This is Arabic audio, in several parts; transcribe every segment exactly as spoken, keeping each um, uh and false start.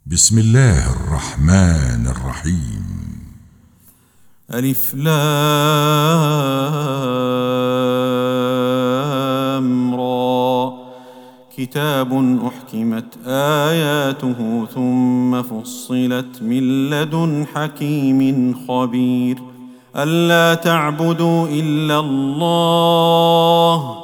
بسم الله الرحمن الرحيم. ألف لام را. كتاب أحكمت آياته ثم فصلت من لدن حكيم خبير. ألا تعبدوا إلا الله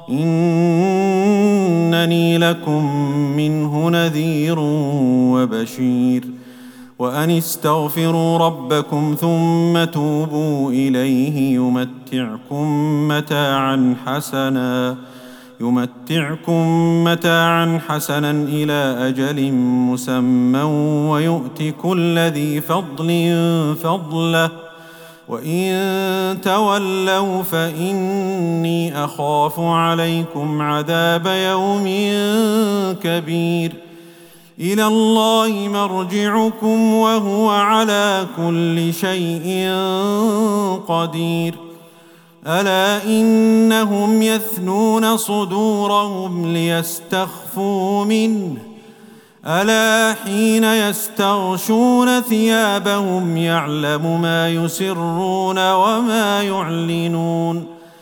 إنني لكم منه نذير وبشير. وأن استغفروا ربكم ثم توبوا إليه يمتعكم متاعا حسنا يمتعكم متاعا حسنا إلى أجل مسمى ويؤت كل ذي فضل فضله وإن تولوا فإني أخاف عليكم عذاب يوم كبير. إلى الله مرجعكم وهو على كل شيء قدير. ألا إنهم يثنون صدورهم ليستخفوا منه ألا حين يستغشون ثيابهم يعلم ما يسرون وما يعلنون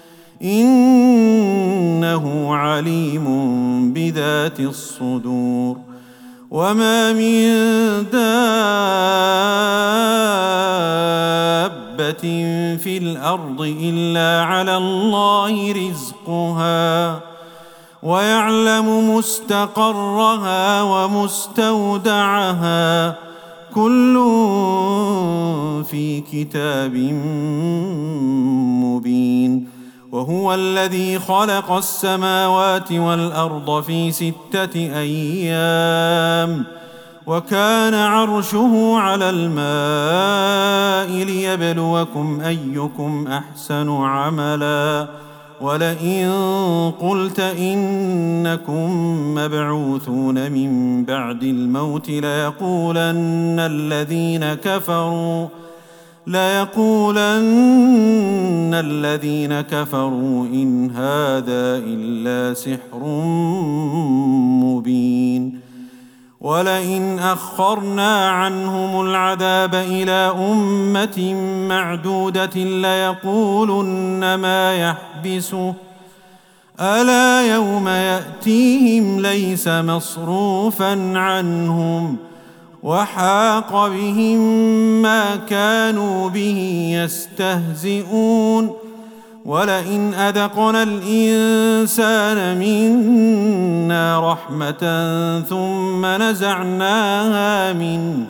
إنه عليم بذات الصدور. وما من دابة في الأرض إلا على الله رزقها ويعلم مستقرها ومستودعها كل في كتاب مبين. وهو الذي خلق السماوات والأرض في ستة أيام وكان عرشه على الماء ليبلوكم أيكم أحسن عملا. ولئن قلت إنكم مبعوثون من بعد الموت ليقولن الذين كفروا ليقولن الذين كفروا إن هذا إلا سحر مبين. ولئن أخرنا عنهم العذاب إلى أمة معدودة ليقولن ما يحبسه ألا يوم يأتيهم ليس مصروفا عنهم وحاق بهم ما كانوا به يستهزئون. ولئن أذقنا الإنسان منا رحمة ثم نزعناها منه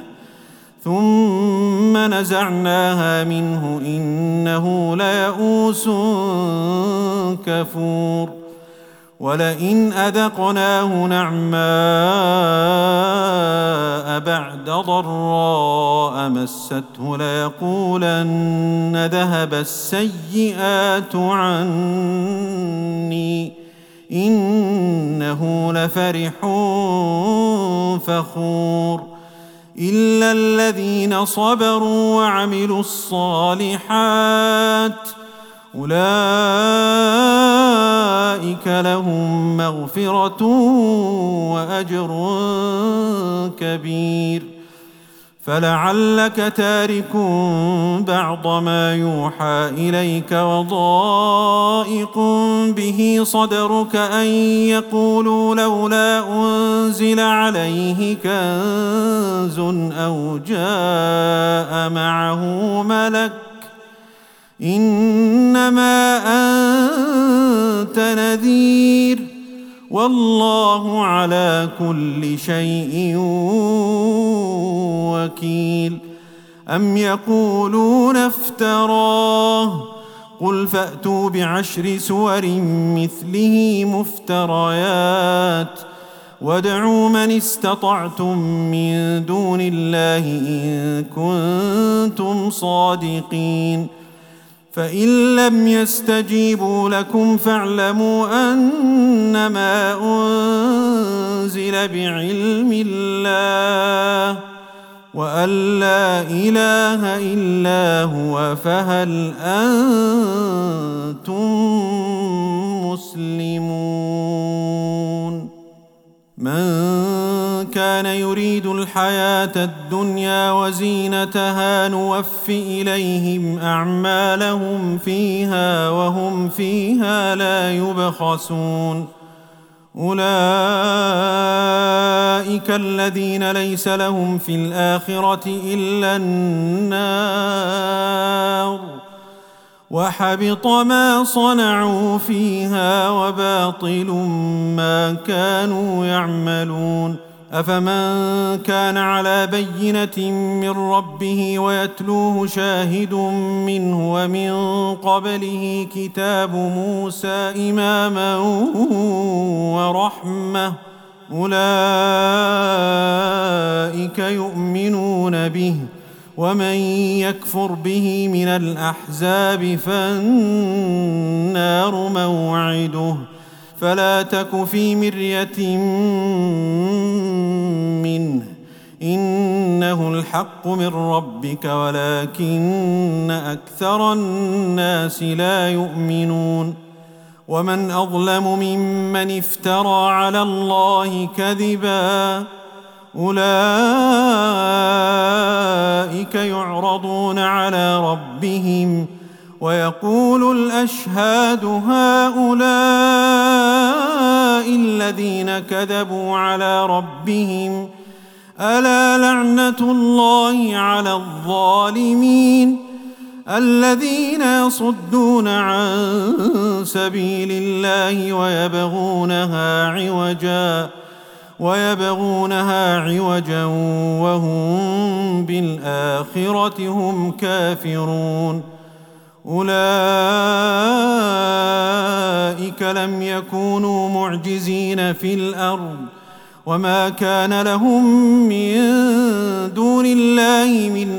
ثم نزعناها منه إنه ليئوس كفور. ولئن أذقناه نعماء بعد ضراء مسته ليقولن ذهب السيئات عني إنه لفرح فخور. إلا الذين صبروا وعملوا الصالحات أولئك لهم مغفرة وأجر كبير. فلعلك تارك بعض ما يوحى إليك وضائق به صدرك أن يقولوا لولا أنزل عليه كنز أو جاء معه ملك إنما أنت نذير والله على كل شيء وكيل. أم يقولون افتراه قل فأتوا بعشر سور مثله مفتريات وادعوا من استطعتم من دون الله إن كنتم صادقين. فإن لم يستجيبوا لكم فاعلموا أنما أنزل بعلم الله وأن لا إله إلا هو فهل أنتم مسلمون. من كان يريد الحياة الدنيا وزينتها نوف إليهم أعمالهم فيها وهم فيها لا يبخسون أولئك الذين ليس لهم في الآخرة إلا النار وحبط ما صنعوا فيها وباطل ما كانوا يعملون أفمن كان على بينة من ربه ويتلوه شاهد منه ومن قبله كتاب موسى إماما ورحمة أولئك يؤمنون به ومن يكفر به من الأحزاب فالنار موعده فلا تك في مرية منه إنه الحق من ربك ولكن أكثر الناس لا يؤمنون ومن أظلم ممن افترى على الله كذبا أولئك يعرضون على ربهم ويقول الأشهاد هؤلاء الذين كذبوا على ربهم ألا لعنة الله على الظالمين الذين يصدون عن سبيل الله ويبغونها عوجا ويبغونها عوجا وهم بالآخرة هم كافرون أولئك لم يكونوا معجزين في الأرض وما كان لهم من دون الله من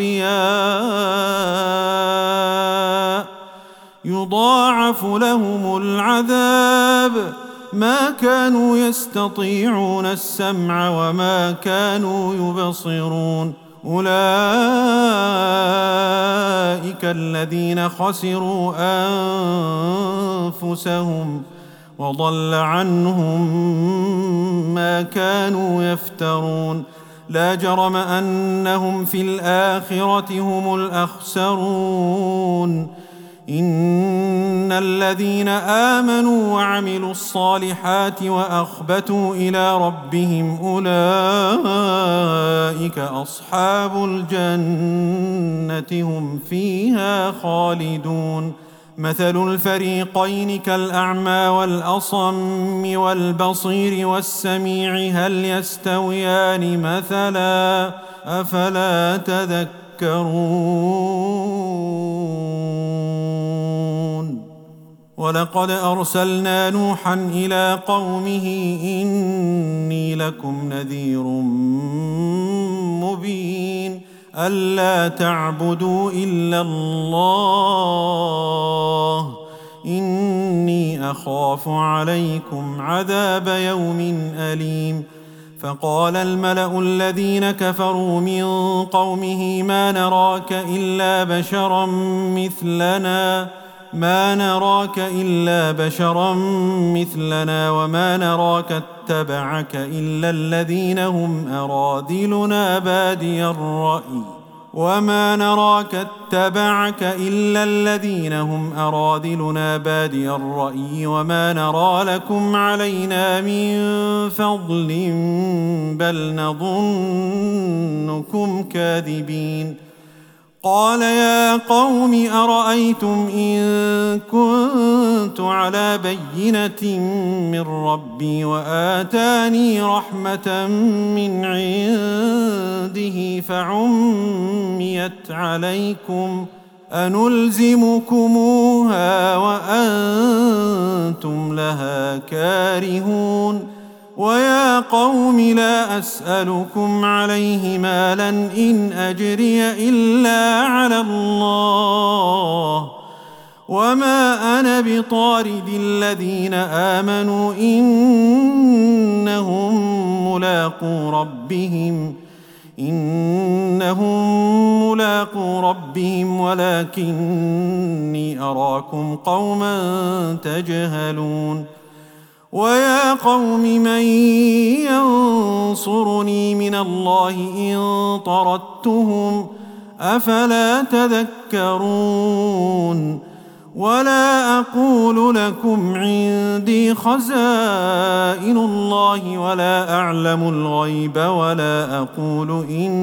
أولياء يضاعف لهم العذاب ما كانوا يستطيعون السمع وما كانوا يبصرون أولئك الذين خسروا أنفسهم وضل عنهم ما كانوا يفترون لا جرم أنهم في الآخرة هم الأخسرون إن الذين آمنوا وعملوا الصالحات وأخبتوا إلى ربهم أولئك أصحاب الجنة هم فيها خالدون مثل الفريقين كالأعمى والأصم والبصير والسميع هل يستويان مثلا أفلا تذكرون ولقد أرسلنا نوحا إلى قومه إني لكم نذير مبين ألا تعبدوا إلا الله إني أخاف عليكم عذاب يوم أليم فقال الملأ الذين كفروا من قومه ما نراك إلا بشرا مثلنا ما نراك إلا بشرا مثلنا وما نراك اتبعك إلا الذين هم أراذلنا بادي الرأي وما نراك اتبعك إلا الذين هم أراذلنا بادي الرأي وما نرى لكم علينا من فضل بل نظنكم كاذبين قال يا قوم أرأيتم إن كنت على بينة من ربي وآتاني رحمة من عنده فعميت عليكم أنلزمكموها وأنتم لها كارهون ويا قوم لا أسألكم عليه مالا إن أجري إلا على الله وما أنا بطارد الذين آمنوا إنهم ملاقو ربهم إنهم ملاقو ربهم ولكني أراكم قوما تجهلون ويا قوم من ينصرني من الله إن طردتهم أفلا تذكرون ولا أقول لكم عندي خزائن الله ولا أعلم الغيب ولا أقول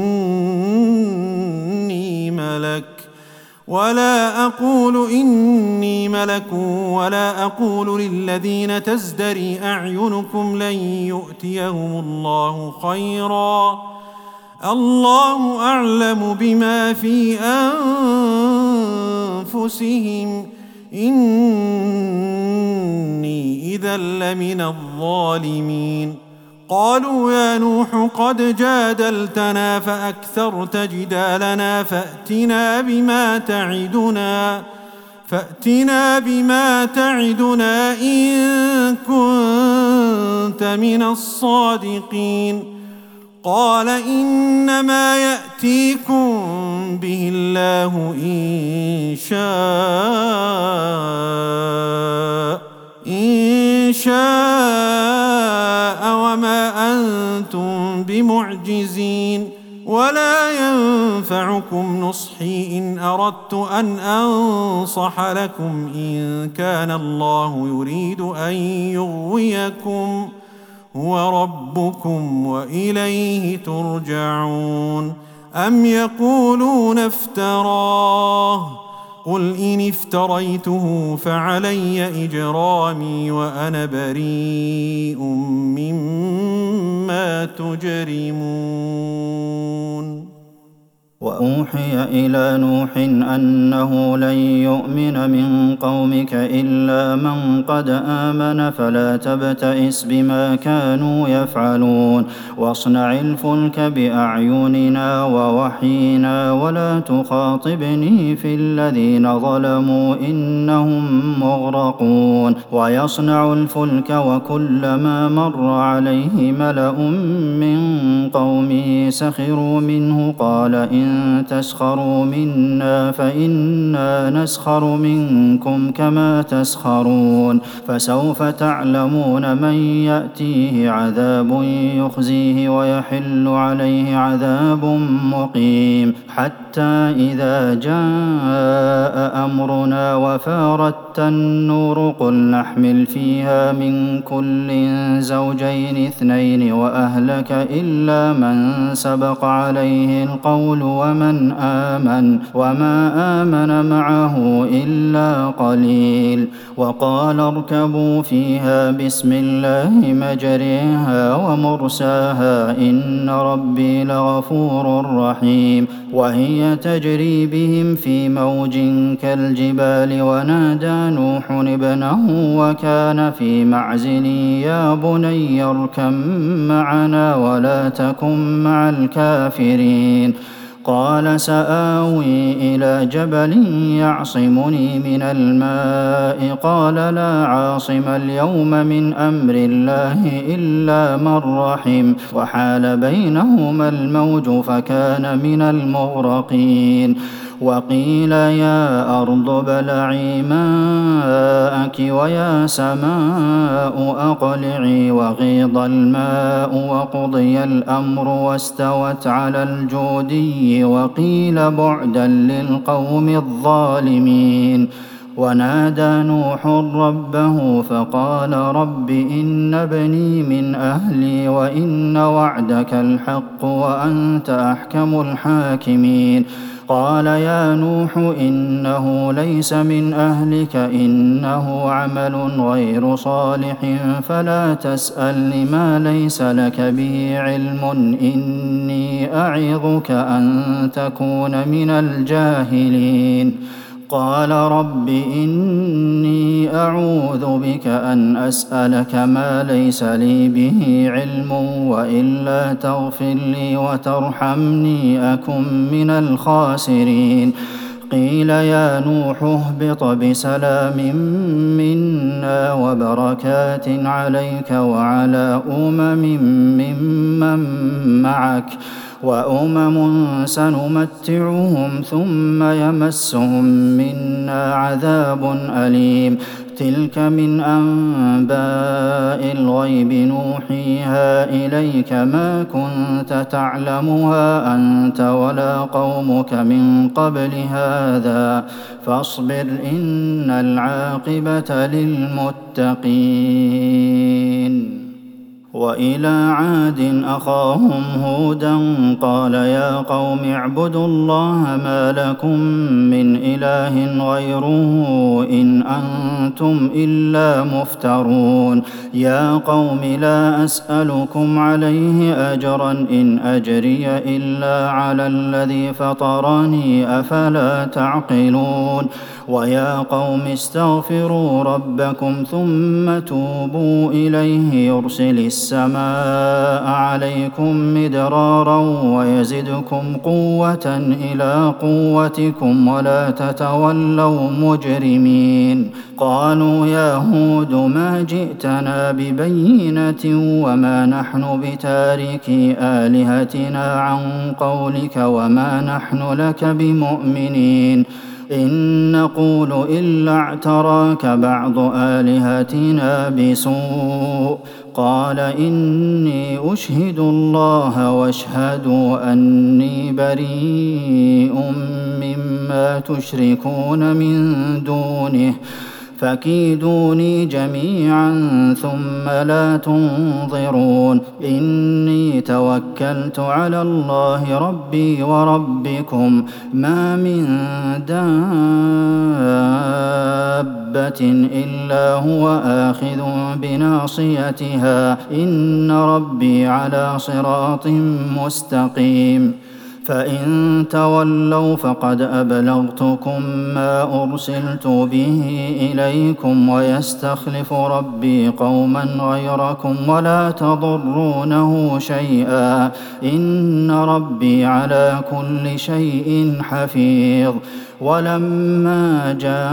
إني ملك ولا أقول إني ملك ولا أقول للذين تزدري أعينكم لن يؤتيهم الله خيرا الله أعلم بما في أنفسهم إني إذا لمن الظالمين قالوا يا نوح قد جادلتنا فأكثرت جدالنا فأتنا بما تعدنا فأتنا بما تعدنا إن كنت من الصادقين قال إنما يأتيكم به الله إن شاء إن شاء وما أنتم بمعجزين ولا ينفعكم نصحي إن أردت أن أنصح لكم إن كان الله يريد أن يغويكم هو ربكم وإليه ترجعون أم يقولون افتراه قل إن افتريته فعلي إجرامي وأنا بريء مما تجرمون وأوحي إلى نوح أنه لن يؤمن من قومك إلا من قد آمن فلا تبتئس بما كانوا يفعلون واصنع الفلك بأعيننا ووحينا ولا تخاطبني في الذين ظلموا إنهم مغرقون ويصنع الفلك وكلما مر عليه ملأ من قومه سخروا منه قال إن إن تسخروا منا فإنا نسخر منكم كما تسخرون فسوف تعلمون من يأتيه عذاب يخزيه ويحل عليه عذاب مقيم حتى إذا جاء أمرنا وفارت النور قل نحمل فيها من كل زوجين اثنين وأهلك إلا من سبق عليه القول ومن آمن وما آمن معه إلا قليل وقال اركبوا فيها بسم الله مجريها ومرساها إن ربي لغفور رحيم وهي تجري بهم في موج كالجبال ونادى نوح ابنه وكان في معزل يا بني اركب معنا ولا تكن مع الكافرين قال سآوي إلى جبل يعصمني من الماء قال لا عاصم اليوم من أمر الله إلا من رحم وحال بينهما الموج فكان من المغرقين وقيل يا أرض ابلعي ماءك ويا سماء أقلعي وغيض الماء وقضي الأمر واستوت على الجودي وقيل بعدا للقوم الظالمين ونادى نوح ربه فقال رب إن ابني من أهلي وإن وعدك الحق وأنت أحكم الحاكمين قال يا نوح إنه ليس من أهلك إنه عمل غير صالح فلا تسألني ما ليس لك به علم إني أعظك أن تكون من الجاهلين قال رب إني أعوذ بك أن أسألك ما ليس لي به علم وإلا تغفر لي وترحمني أكن من الخاسرين قيل يا نوح اهبط بسلام منا وبركات عليك وعلى أمم ممن معك وأمم سنمتعهم ثم يمسهم منا عذاب أليم تلك من أنباء الغيب نوحيها إليك ما كنت تعلمها أنت ولا قومك من قبل هذا فاصبر إن العاقبة للمتقين. وإلى عاد أخاهم هودا قال يا قوم اعبدوا الله ما لكم من إله غيره إن أنتم إلا مفترون. يا قوم لا أسألكم عليه أجرا إن أجري إلا على الذي فطرني أفلا تعقلون. ويا قوم استغفروا ربكم ثم توبوا إليه يرسل السماء عليكم مدرارا ويزدكم قوة إلى قوتكم ولا تتولوا مجرمين. قالوا يا هود ما جئتنا ببينة وما نحن بتاركي آلهتنا عن قولك وما نحن لك بمؤمنين إن نقول إلا اعتراك بعض آلهتنا بسوء. قال إني أشهد الله واشهدوا أني بريء مما تشركون من دونه فكيدوني جميعا ثم لا تنظرون. إني توكلت على الله ربي وربكم ما من دابة إلا هو آخذ بناصيتها إن ربي على صراط مستقيم. فإن تولوا فقد أبلغتكم ما أرسلت به إليكم ويستخلف ربي قوما غيركم ولا تضرونه شيئا إن ربي على كل شيء حفيظ. ولما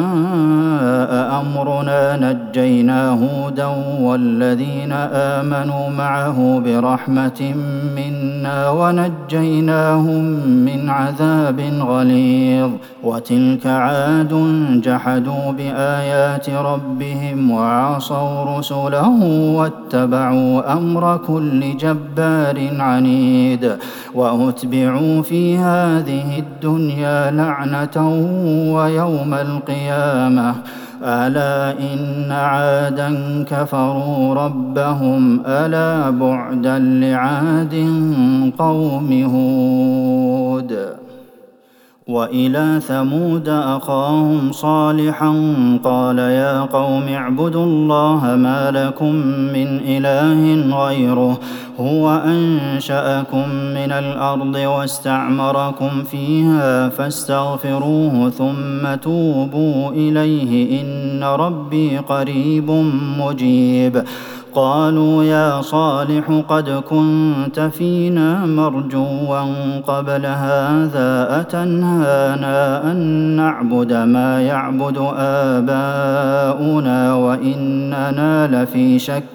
جاء أمرنا نجينا هودا والذين آمنوا معه برحمة منا ونجيناهم من عذاب غليظ. وتلك عاد جحدوا بآيات ربهم وعصوا رسله واتبعوا أمر كل جبار عنيد. وأتبعوا في هذه الدنيا لعنة ويوم القيامة ألا إن عادا كفروا ربهم ألا بعدا لعاد قوم هود. وإلى ثمود أخاهم صالحا قال يا قوم اعبدوا الله ما لكم من إله غيره هو أنشأكم من الأرض واستعمركم فيها فاستغفروه ثم توبوا إليه إن ربي قريب مجيب. قالوا يا صالح قد كنت فينا مرجوا قبل هذا أتنهانا أن نعبد ما يعبد آباؤنا وإننا لفي شك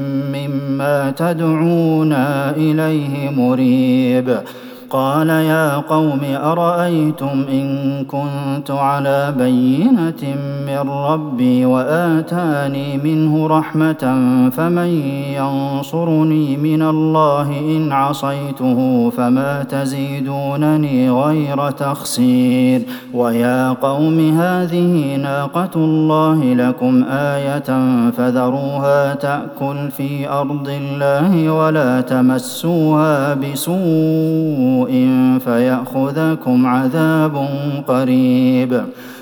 مما تدعونا إليه مريب. قال يا قوم أرأيتم إن كنت على بينة من ربي وآتاني منه رحمة فمن ينصرني من الله إن عصيته فما تزيدونني غير تخسير. ويا قوم هذه ناقة الله لكم آية فذروها تأكل في أرض الله ولا تمسوها بسوء فيأخذكم عذاب قريب.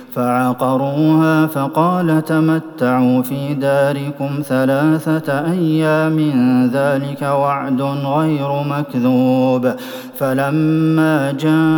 فعقروها فقال تمتعوا في داركم ثلاثة أيام ذلك وعد غير مكذوب. فلما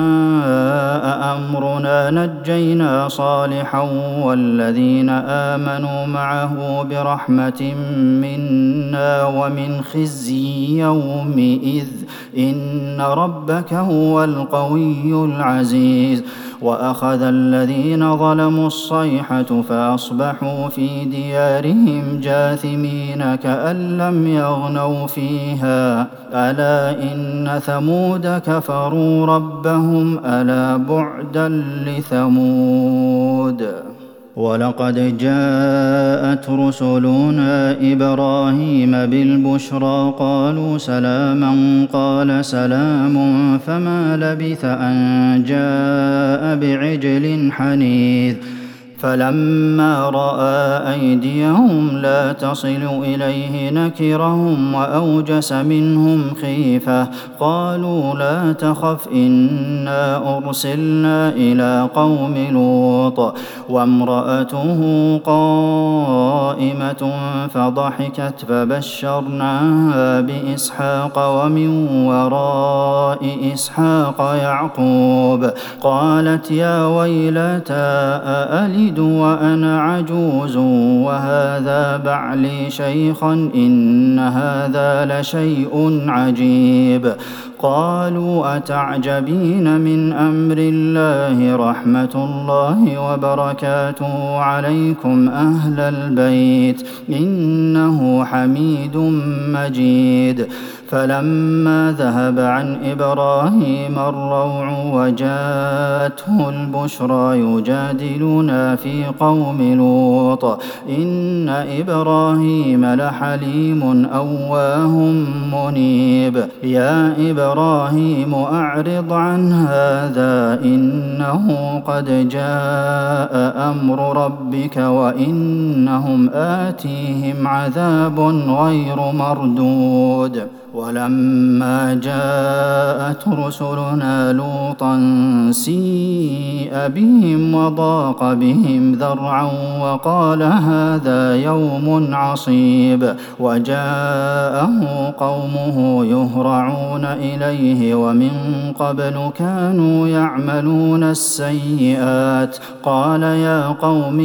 جاء أمرنا نجينا صالحا والذين آمنوا معه برحمة منا ومن خزي يومئذ إن ربك هو القوي العزيز. وأخذ الذين ظلموا الصيحة فأصبحوا في ديارهم جاثمين كأن لم يغنوا فيها ألا إن ثمود كفروا ربهم ألا بعدا لثمود. ولقد جاءت رسلنا إبراهيم بالبشرى قالوا سلاما قال سلام فما لبث أن جاء بعجل حنيذ فلما رأى أيديهم لا تصل إليه نكرهم وأوجس منهم خيفة قالوا لا تخف إنا أرسلنا إلى قوم لوط وامرأته قائمة فضحكت فبشرناها بإسحاق ومن وراء إسحاق يعقوب قالت يا ويلتى أألد وأنا عجوز وهذا بعلي شيخا إن هذا لشيء عجيب قالوا أتعجبين من أمر الله رحمة الله وبركاته عليكم أهل البيت إنه حميد مجيد فلما ذهب عن إبراهيم الروع وجاءته البشرى يجادلنا في قوم لوط إن إبراهيم لحليم أواه منيب يا إبراهيم أعرض عن هذا إنه قد جاء أمر ربك وإنهم آتيهم عذاب غير مردود ولما جاءت رسلنا لوطا سيء بهم وضاق بهم ذرعا وقال هذا يوم عصيب وجاءه قومه يهرعون إليه ومن قبل كانوا يعملون السيئات قال يا قوم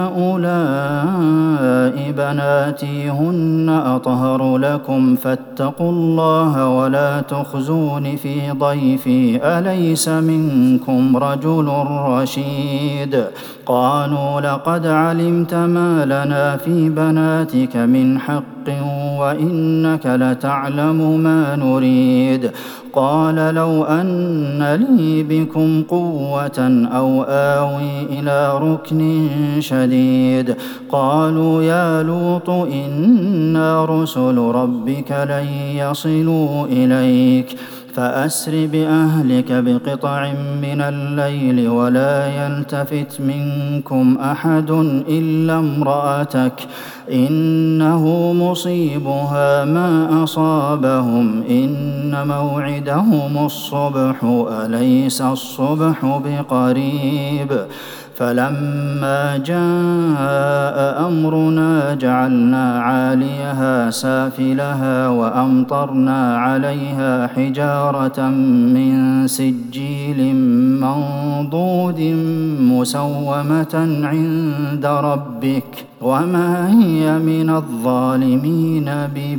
هؤلاء بناتي هن أطهر لكم فاتقوا الله ولا تخزون في ضيفي أليس منكم رجل رشيد قالوا لقد علمت ما لنا في بناتك من حق وإنك لتعلم ما نريد قال لو أن لي بكم قوة أو آوي إلى ركن شديد قالوا يا لوط إنا رسل ربك لن يصلوا إليك فأسر بأهلك بقطع من الليل ولا يلتفت منكم أحد إلا امرأتك إنه مصيبها ما أصابهم إن موعدهم الصبح أليس الصبح بقريب فلما جاء أمرنا جعلنا عاليها سافلها وأمطرنا عليها حجارة من سجيل منضود مسومة عند ربك وما هي من الظالمين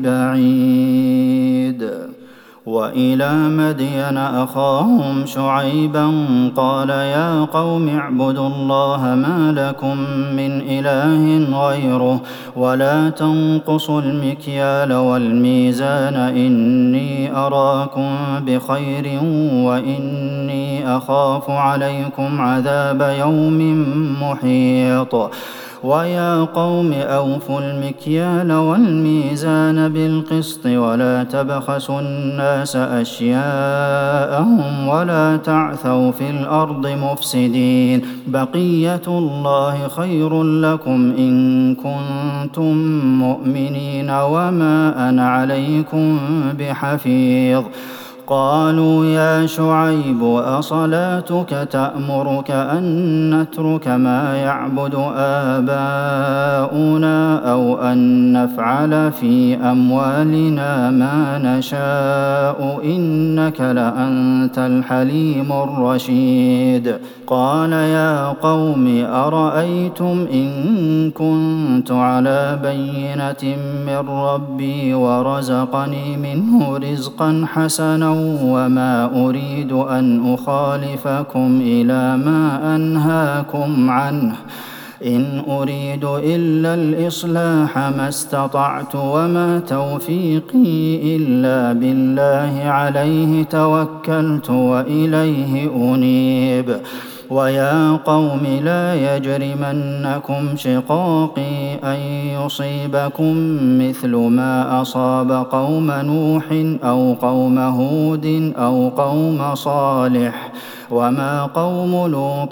ببعيد وإلى مدين أخاهم شعيبا قال يا قوم اعبدوا الله ما لكم من إله غيره ولا تنقصوا المكيال والميزان إني أراكم بخير وإني أخاف عليكم عذاب يوم محيط ويا قوم أوفوا المكيال والميزان بالقسط ولا تبخسوا الناس أشياءهم ولا تعثوا في الأرض مفسدين بقية الله خير لكم إن كنتم مؤمنين وما أنا عليكم بحفيظ قالوا يا شعيب أصلاتك تأمرك أن نترك ما يعبد آباؤنا أو أن نفعل في أموالنا ما نشاء إنك لأنت الحليم الرشيد قال يا قوم أرأيتم إن كنت على بينة من ربي ورزقني منه رزقا حسنا وما أريد أن أخالفكم إلى ما أنهاكم عنه إن أريد إلا الإصلاح ما استطعت وما توفيقي إلا بالله عليه توكلت وإليه أنيب ويا قوم لا يجرمنكم شقاقي أن يصيبكم مثل ما أصاب قوم نوح أو قوم هود أو قوم صالح وما قوم لوط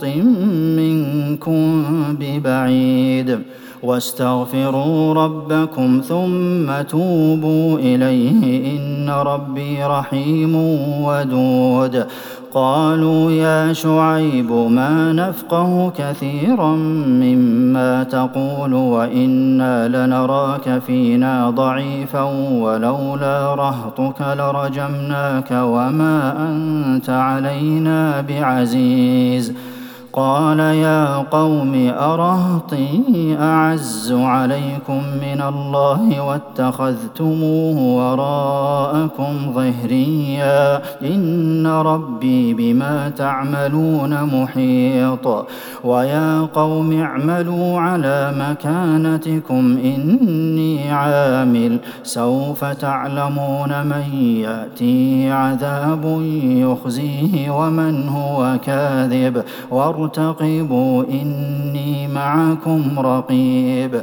منكم ببعيد واستغفروا ربكم ثم توبوا إليه إن ربي رحيم ودود قالوا يا شعيب ما نفقه كثيرا مما تقول وإنا لنراك فينا ضعيفا ولولا رهطك لرجمناك وما أنت علينا بعزيز قال يا قوم أرهطي أعز عليكم من الله واتخذتموه وراءكم ظهريا إن ربي بما تعملون محيط ويا قوم اعملوا على مكانتكم إني عامل سوف تعلمون من يأتيه عذاب يخزيه ومن هو كاذب وارتقبوا إني معكم رقيب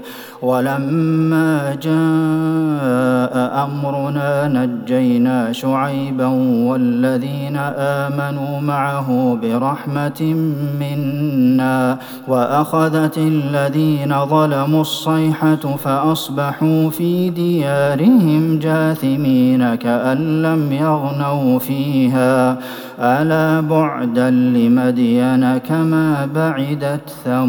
ولما جاء أمرنا نجينا شعيبا والذين آمنوا معه برحمة منا وأخذت الذين ظلموا الصيحة فأصبحوا في ديارهم جاثمين كأن لم يغنوا فيها ألا بعدا لمدين كما بعدت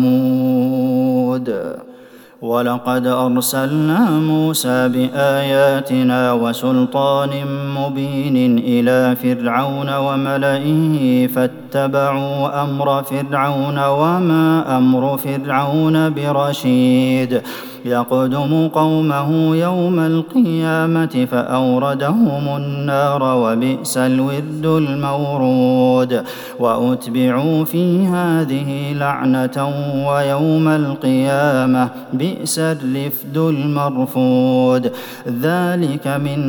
ثمود ولقد أرسلنا موسى بآياتنا وسلطان مبين إلى فرعون وملئه فاتبعوا أمر فرعون وما أمر فرعون برشيد يقدم قومه يوم القيامة فأوردهم النار وبئس الورد المورود وأتبعوا في هذه لعنة ويوم القيامة بئس الرفد المرفود ذلك من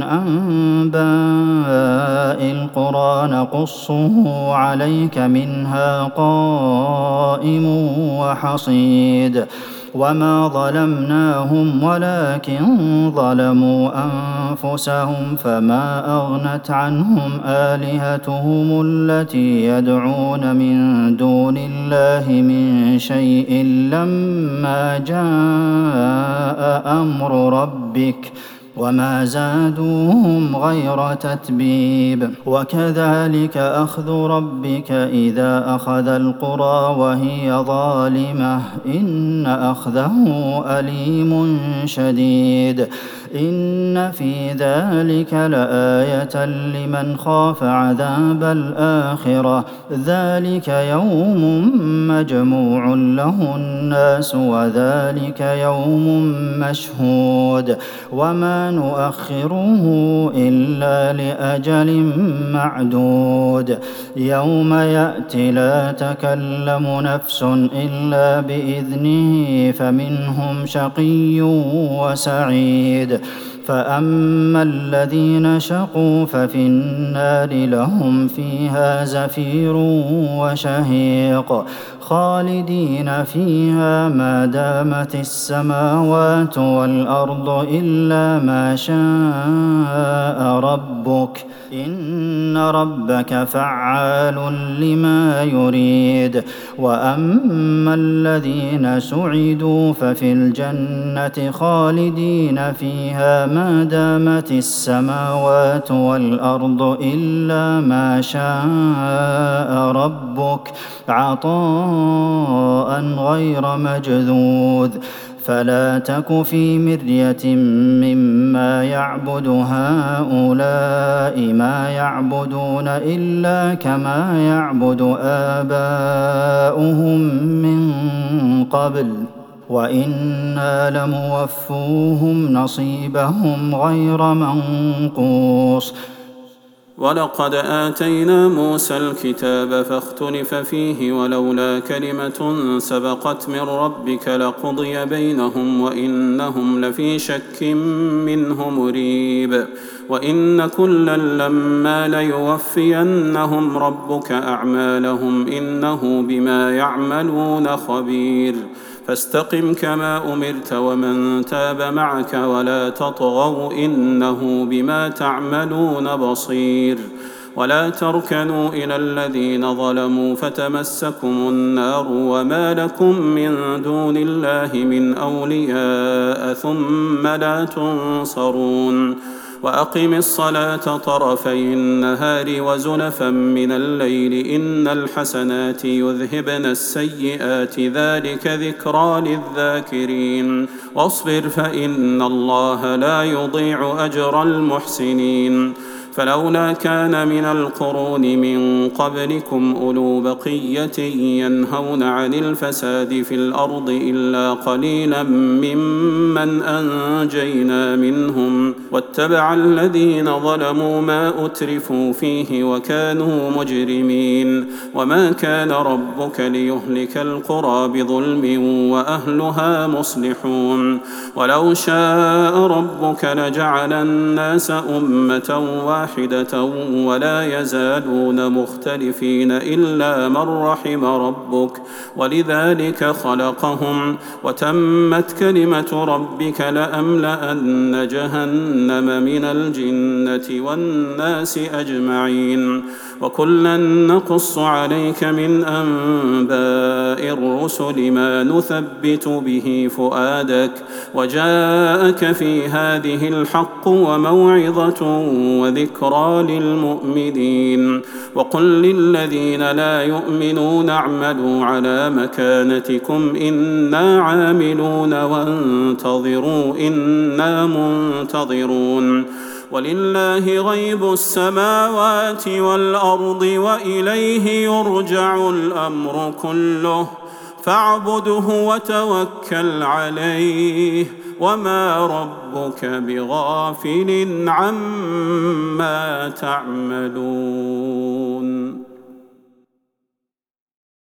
أنباء القرى نقصه عليك منها قائم وحصيد وما ظلمناهم ولكن ظلموا أنفسهم فما أغنت عنهم آلهتهم التي يدعون من دون الله من شيء لما جاء أمر ربك وما زادوهم غير تتبيب وكذلك أخذ ربك إذا أخذ القرى وهي ظالمة إن أخذه أليم شديد إن في ذلك لآية لمن خاف عذاب الآخرة ذلك يوم مجموع له الناس وذلك يوم مشهود وما نؤخره إلا لأجل معدود يوم يأتي لا تكلم نفس إلا بإذنه فمنهم شقي وسعيد فأما الذين شقوا ففي النار لهم فيها زفير وشهيق خالدين فيها ما دامت السماوات والأرض إلا ما شاء ربك إن ربك فعال لما يريد وأما الذين سعدوا ففي الجنة خالدين فيها ما دامت السماوات والأرض إلا ما شاء ربك عطاء غير مجذوذ فلا تك في مرية مما يعبد هؤلاء ما يعبدون إلا كما يعبد آباؤهم من قبل وإنا لموفوهم نصيبهم غير منقوص ولقد آتينا موسى الكتاب فاختلف فيه ولولا كلمة سبقت من ربك لقضي بينهم وإنهم لفي شك منه مريب وإن كلا لما ليوفينهم ربك أعمالهم إنه بما يعملون خبير فاستقم كما أمرت ومن تاب معك ولا تطغوا إنه بما تعملون بصير ولا تركنوا إلى الذين ظلموا فتمسكم النار وما لكم من دون الله من أولياء ثم لا تنصرون وأقم الصلاة طرفي النهار وزلفا من الليل إن الحسنات يذهبن السيئات ذلك ذكرى للذاكرين واصبر فإن الله لا يضيع أجر المحسنين فلولا كان من القرون من قبلكم أولو بقية ينهون عن الفساد في الأرض إلا قليلا ممن أنجينا منهم واتبع الذين ظلموا ما أترفوا فيه وكانوا مجرمين وما كان ربك ليهلك القرى بظلم وأهلها مصلحون ولو شاء ربك لجعل الناس أمة واحدة واحدة ولا يزالون مختلفين إلا من رحم ربك ولذلك خلقهم وتمت كلمة ربك لأملأن جهنم من الجنة والناس أجمعين وكلا نقص عليك من أنباء الرسل ما نثبت به فؤادك وجاءك في هذه الحق وموعظة وذكرى للمؤمنين وقل للذين لا يؤمنون اعملوا على مكانتكم إنا عاملون وانتظروا إنا منتظرون ولله غيب السماوات والأرض وإليه يرجع الأمر كله فاعبده وتوكل عليه وما ربك بغافل عما تعملون.